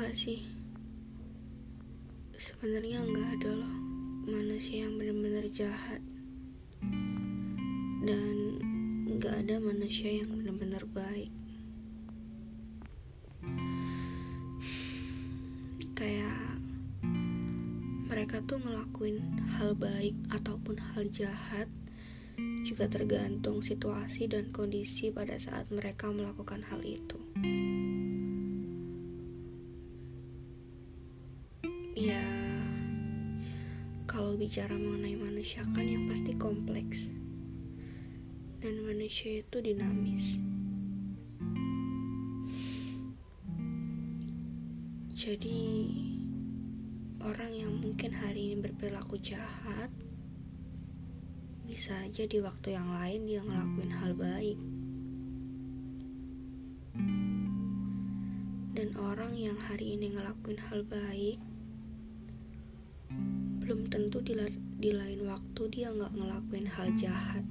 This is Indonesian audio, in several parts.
Enggak sih, sebenarnya enggak ada loh manusia yang benar-benar jahat, dan enggak ada manusia yang benar-benar baik. Kayak mereka tuh ngelakuin hal baik ataupun hal jahat juga tergantung situasi dan kondisi pada saat mereka melakukan hal itu. Ya, kalau bicara mengenai manusia kan yang pasti kompleks, dan manusia itu dinamis. Jadi orang yang mungkin hari ini berperilaku jahat, bisa aja di waktu yang lain dia ngelakuin hal baik. Dan orang yang hari ini ngelakuin hal baik, belum tentu di lain waktu dia gak ngelakuin hal jahat.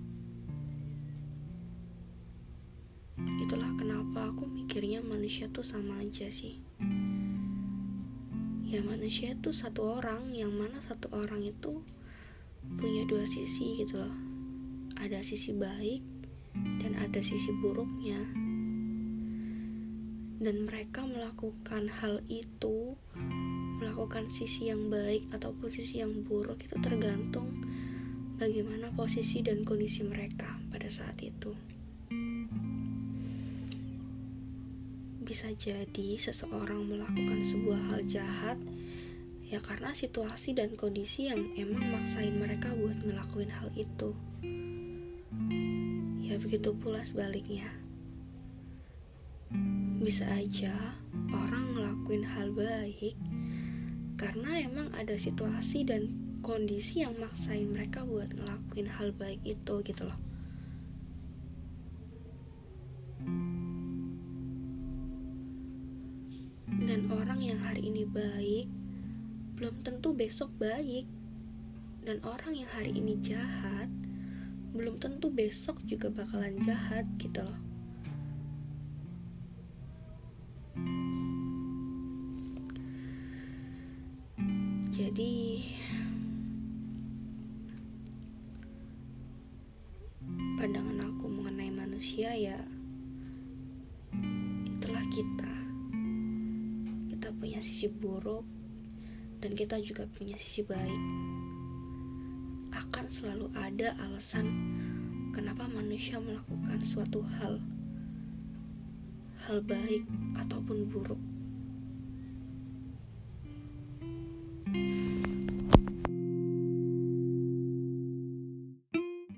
Itulah kenapa aku mikirnya manusia tuh sama aja sih. Ya, manusia itu satu orang, yang mana satu orang itu punya dua sisi gitu loh. Ada sisi baik dan ada sisi buruknya. Dan mereka melakukan hal itu, melakukan sisi yang baik ataupun sisi yang buruk, itu tergantung bagaimana posisi dan kondisi mereka pada saat itu. Bisa jadi seseorang melakukan sebuah hal jahat ya karena situasi dan kondisi yang emang maksain mereka buat ngelakuin hal itu. Ya begitu pula sebaliknya. Bisa aja orang ngelakuin hal baik karena emang ada situasi dan kondisi yang maksain mereka buat ngelakuin hal baik itu gitu loh. Dan orang yang hari ini baik belum tentu besok baik. Dan orang yang hari ini jahat belum tentu besok juga bakalan jahat gitu loh. Jadi pandangan aku mengenai manusia ya itulah kita punya sisi buruk dan kita juga punya sisi baik. Akan selalu ada alasan kenapa manusia melakukan suatu hal baik ataupun buruk.